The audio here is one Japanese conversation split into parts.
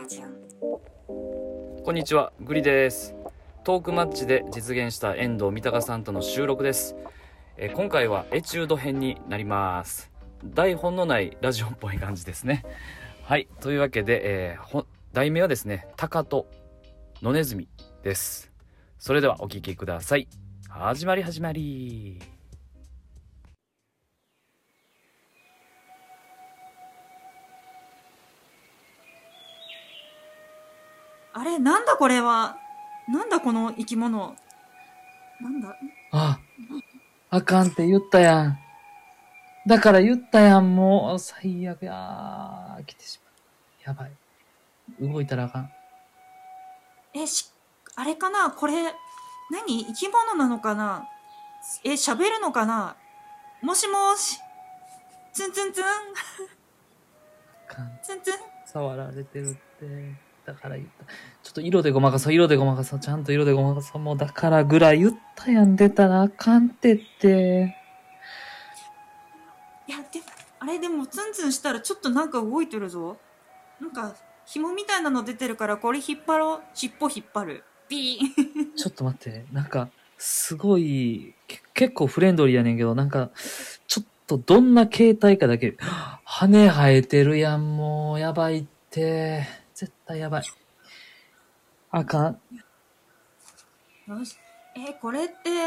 こんにちは、グリです。トークマッチで実現した遠藤三鷹さんとの収録です。今回はエチュード編になります。台本のないラジオっぽい感じですね。はい、というわけで、題名はですね、鷹と野ネズミです。それではお聞きください。始まり。 あれ、なんだこれは。なんだこの生き物。なんだ。 あかんって言ったやん。だから言ったやん、もう。最悪や。来てしまう。やばい。動いたらあかん。 あれかなこれ、何生き物なのかな喋るのかなもしもし。ツンツンツン。 あかん。 ツンツン。 触られてるって。だから言った。ちょっと色でごまかそう。ちゃんと色でごまかそう。もうだからぐらい言ったやん。出たらあかんってって。 いや、あれでもツンツンしたらちょっとなんか動いてるぞ。なんか、紐みたいなの出てるからこれ引っ張ろう。尻尾引っ張る。ピー。 ちょっと待って。なんか、すごい、結構フレンドリーやねんけど、なんか、ちょっとどんな形態かだけ、羽生えてるやん、もう、やばいって。絶対やばい。あかん。 よし。これって、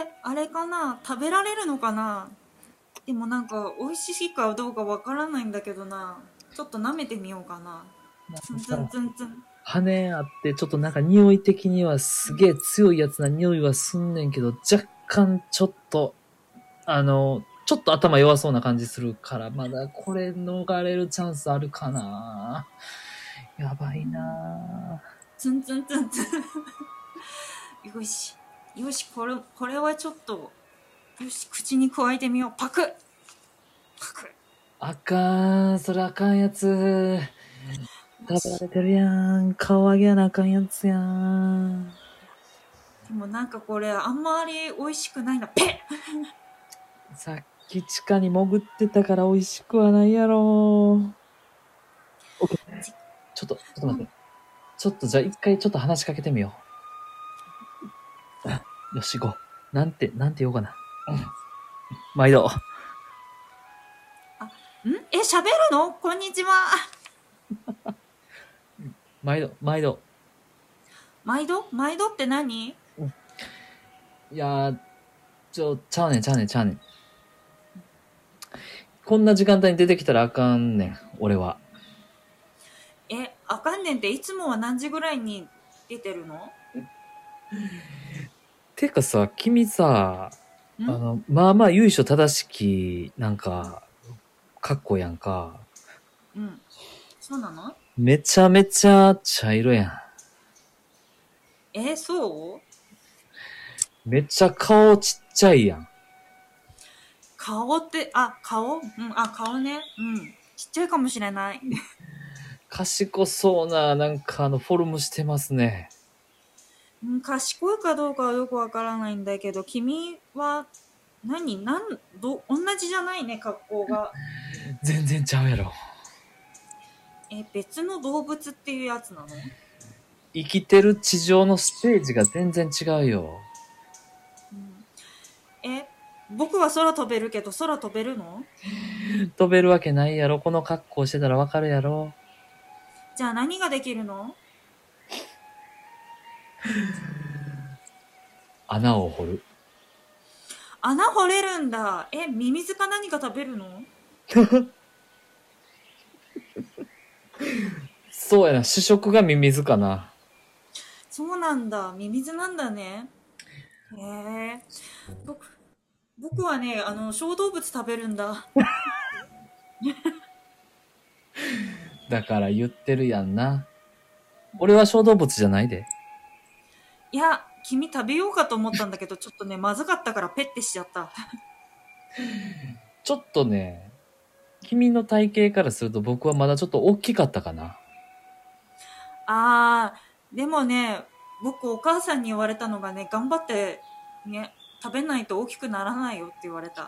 あれかな食べられるのかなでもなんか、美味しいかどうかわからないんだけどな。ちょっと舐めてみようかな。ツンツンツンツン。 羽あって、ちょっとなんか匂い的にはすげえ強いやつな匂いはすんねんけど、若干ちょっと、ちょっと頭弱そうな感じするから、まだこれ逃れるチャンスあるかな。やばいな。 ツンツンツンツン。よし。よし、これはちょっと、よし、口に加えてみよう。パクッパクッ。 あかん、それあかんやつ。食べられてるやん。顔上げやなあかんやつやん。 でもなんかこれ、あんまり美味しくないな。ペッさっき地下に潜ってたから美味しくはないやろ。オッケー。ちょっと待って。ちょっとじゃあ一回ちょっと話しかけてみよう。よし、行こう。なんて言おうかな。毎度。 喋るのこんにちは。 毎度。 毎度って何？ いやー、ちゃうねん。こんな時間帯に出てきたらあかんねん、俺は。 あかんねんっていつもは何時ぐらいに出てるの？ てかさ、君さ、まあまあ由緒正しき、なんか、格好やんか。 うん。そうなの？ めちゃめちゃ茶色やん。 そう？ めっちゃ顔ちっちゃいやん。 顔って、顔？顔ね。ちっちゃいかもしれない。 賢そうな、なんかフォルムしてますね。 賢いかどうかはよくわからないんだけど、君は同じじゃないね、格好が。 全然ちゃうやろ。 別の動物っていうやつなの？ 生きてる地上のステージが全然違うよ。 僕は空飛べるけど、空飛べるの？ 飛べるわけないやろ。この格好してたらわかるやろ。 じゃあ何ができるの？ 穴を掘る。 穴掘れるんだ。ミミズか何か食べるの？ そうやな。主食がミミズかな。 そうなんだ。ミミズなんだね。へえ。僕はね、小動物食べるんだ。 だから言ってるやんな。俺は小動物じゃないで。 いや、君食べようかと思ったんだけど、ちょっとね、まずかったからペッてしちゃった。 ちょっとね、君の体型からすると僕はまだちょっと大きかったかな。 でもね、僕お母さんに言われたのがね、頑張ってね、食べないと大きくならないよって言われた。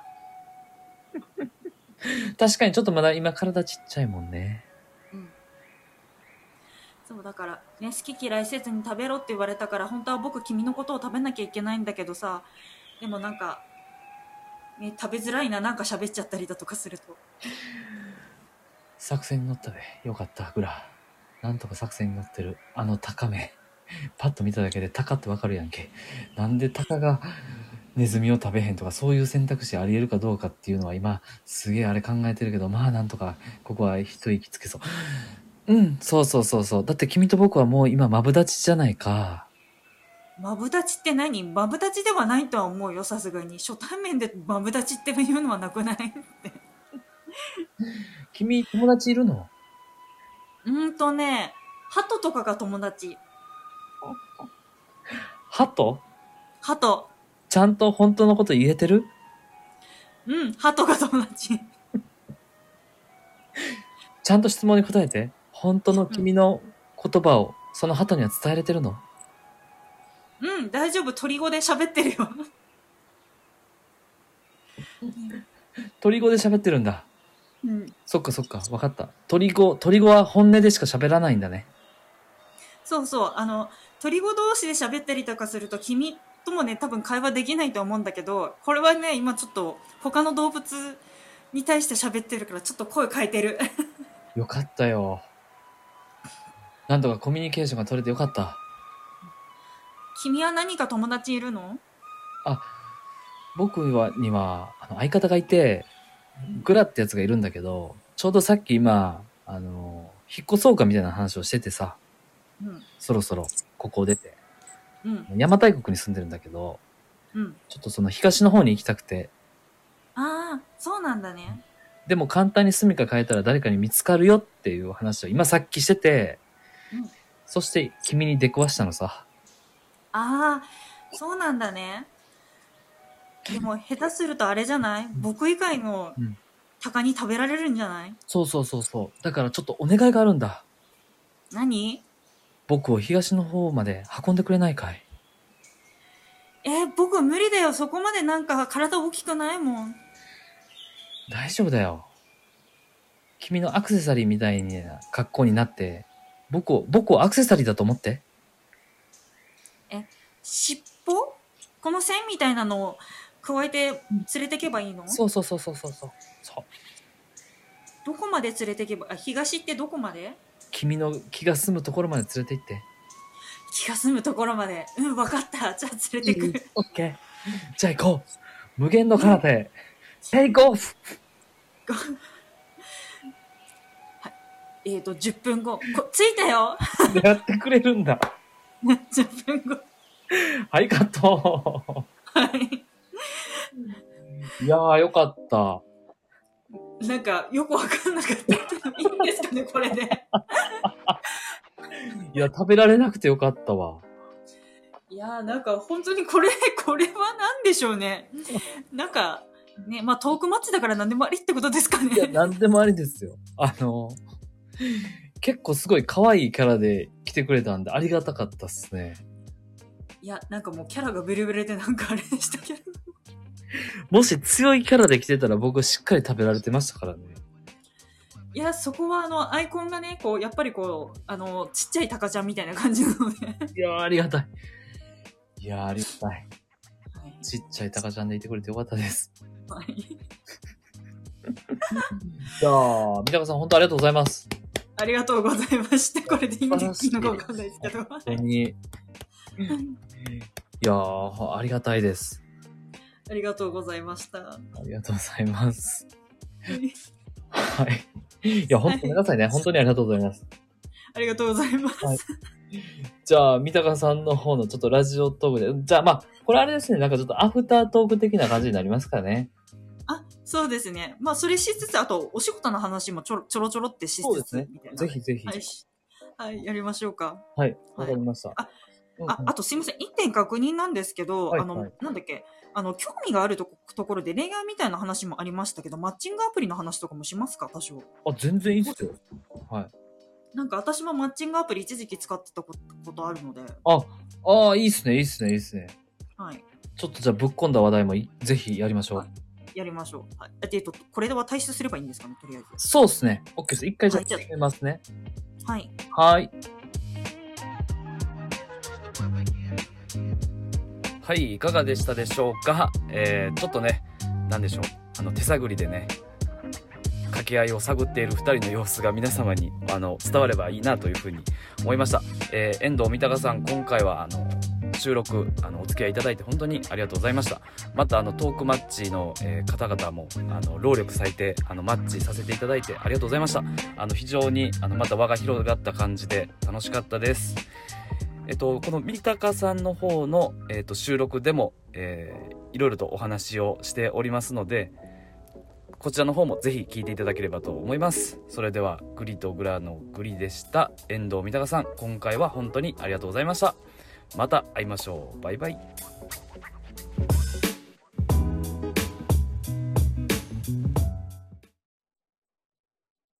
確かにちょっとまだ今体ちっちゃいもんね。 そそうだからね、好き嫌いせずに食べろって言われたから、本当は僕君のことを食べなきゃいけないんだけどさ、でもなんか、ね、食べづらいな、なんか喋っちゃったりだとかすると。 作戦に乗ったで。よかった、グラ。なんとか作戦に乗ってる。あのタカめ。パッと見ただけでタカってわかるやんけ。なんでタカがネズミを食べへんとか、そういう選択肢あり得るかどうかっていうのは今、すげえあれ考えてるけど、まあなんとか、ここは一息つけそう。うん、そうそうそうそう。だって君と僕はもう今マブダチじゃないか。 マブダチって何？マブダチではないとは思うよ、さすがに。初対面でマブダチっていうのはなくないって。 君、友達いるの？ ハトとかが友達。 ハト？ ハト。 ちゃんと本当のこと言えてる？ うん、ハトが友達。 ちゃんと質問に答えて。本当の君の言葉をそのハトには伝えれてるの？ うん、大丈夫。鳥語で喋ってるよ。 鳥語で喋ってるんだ。 うん。 そっかそっか、わかった。鳥語は本音でしか喋らないんだね。 そうそう。鳥語同士で喋ったりとかすると、君ともね、多分会話できないと思うんだけど、これはね、今ちょっと他の動物に対して喋ってるから、ちょっと声変えてる。 よかったよ。なんとかコミュニケーションが取れてよかった。 君は何か友達いるの？ 僕には相方がいて、グラってやつがいるんだけど、ちょうどさっき今、引っ越そうかみたいな話をしててさ、 うん。 そろそろここを出て、 うん。 邪馬台国に住んでるんだけど、 うん。 ちょっとその東の方に行きたくて、 ああ、そうなんだね。 でも簡単に住処変えたら誰かに見つかるよっていう話を今さっきしてて、 うん。 そして君に出くわしたのさ。 ああ、そうなんだね。でも、下手するとあれじゃない？僕以外のうん。 鷹に食べられるんじゃない？ そうそうそうそう。だからちょっとお願いがあるんだ。 何？ 僕を東の方まで運んでくれないかい？ 僕無理だよ。そこまでなんか体大きくないもん。 大丈夫だよ。君のアクセサリーみたいな格好になって、僕をアクセサリーだと思って。 尻尾？この線みたいなのを加えて連れてけばいいの？ そうそうそうそうそうそう。そう。 どこまで連れてけば、東ってどこまで？ 君の気が済むところまで連れて行って。 気が済むところまで。うん、わかった。じゃあ連れてく。 オッケー。じゃあ行こう。無限の空手。テイクオフ 10分後。着いたよ。 やってくれるんだ。 10分後。 はい、カット。 はい。 いやー、よかった。 なんか、よくわかんなかったけど、いいんですかね、これで。 いや、食べられなくてよかったわ。 いやー、なんか、本当にこれは何でしょうね。なんか、ね、まあ、トークマッチだから何でもありってことですかね。 いや、なんでもありですよ。結構すごい可愛いキャラで来てくれたんで、ありがたかったっすね。 いや、なんかもうキャラがブレブレでなんかあれでしたけど。 もし強いキャラで来てたら僕しっかり食べられてましたからね。 いや、そこはアイコンがね、こう、やっぱりこう、ちっちゃいタカちゃんみたいな感じなので。 いやー、ありがたい。いやー、ありがたい。 はい。 ちっちゃいタカちゃんでいてくれてよかったです。 はい。 いやー、三鷹さん本当ありがとうございます。 ありがとうございました。これでいいんですいいのかわかんないですけど。 本当に。いやー、ありがたいです。 ありがとうございました。 ありがとうございます。はい。いや、本当ごめんなさいね。本当にありがとうございます。 ありがとうございます。 はいじゃあ、三鷹さんの方のちょっとラジオトークで、じゃあまあ、これあれですね、なんかちょっとアフタートーク的な感じになりますかね。 あ、そうですね。まあ、それしつつ、あと、お仕事の話もちょろちょろってしつつ、 そうですねみたい。な。 ぜひぜひ。 はい。はい、やりましょうか。 はい、わかりました。 あうんうんあとすいません。一点確認なんですけど、 はいはいなんだっけ、興味があるところで恋愛みたいな話もありましたけど、マッチングアプリの話とかもしますか、多少。 あ、全然いいっすよ。はい。 なんか私もマッチングアプリ一時期使ってたことあるので、 いいっすね、いいっすね、いいっすね。 はい。 ちょっとじゃあぶっ込んだ話題もぜひやりましょう。 はい、やりましょう。はい。これでは退出すればいいんですかね、とりあえず。 そうっすね。OK です。一回じゃあはいじゃあ決めますね。 はい。 はい。 はい、いかがでしたでしょうか。ちょっとね、なんでしょう、手探りでね掛け合いを探っている2人の様子が皆様に伝わればいいなというふうに思いました。遠藤三鷹さん、今回は収録お付き合いいただいて本当にありがとうございました。またトークマッチの、方々も労力割いてマッチさせていただいてありがとうございました。非常にまた輪が広がった感じで楽しかったです。この三鷹さんの方の、収録でも、いろいろとお話をしておりますので、こちらの方もぜひ聞いていただければと思います。それではグリとグラのグリでした。遠藤三鷹さん、今回は本当にありがとうございました。また会いましょう。バイバイ。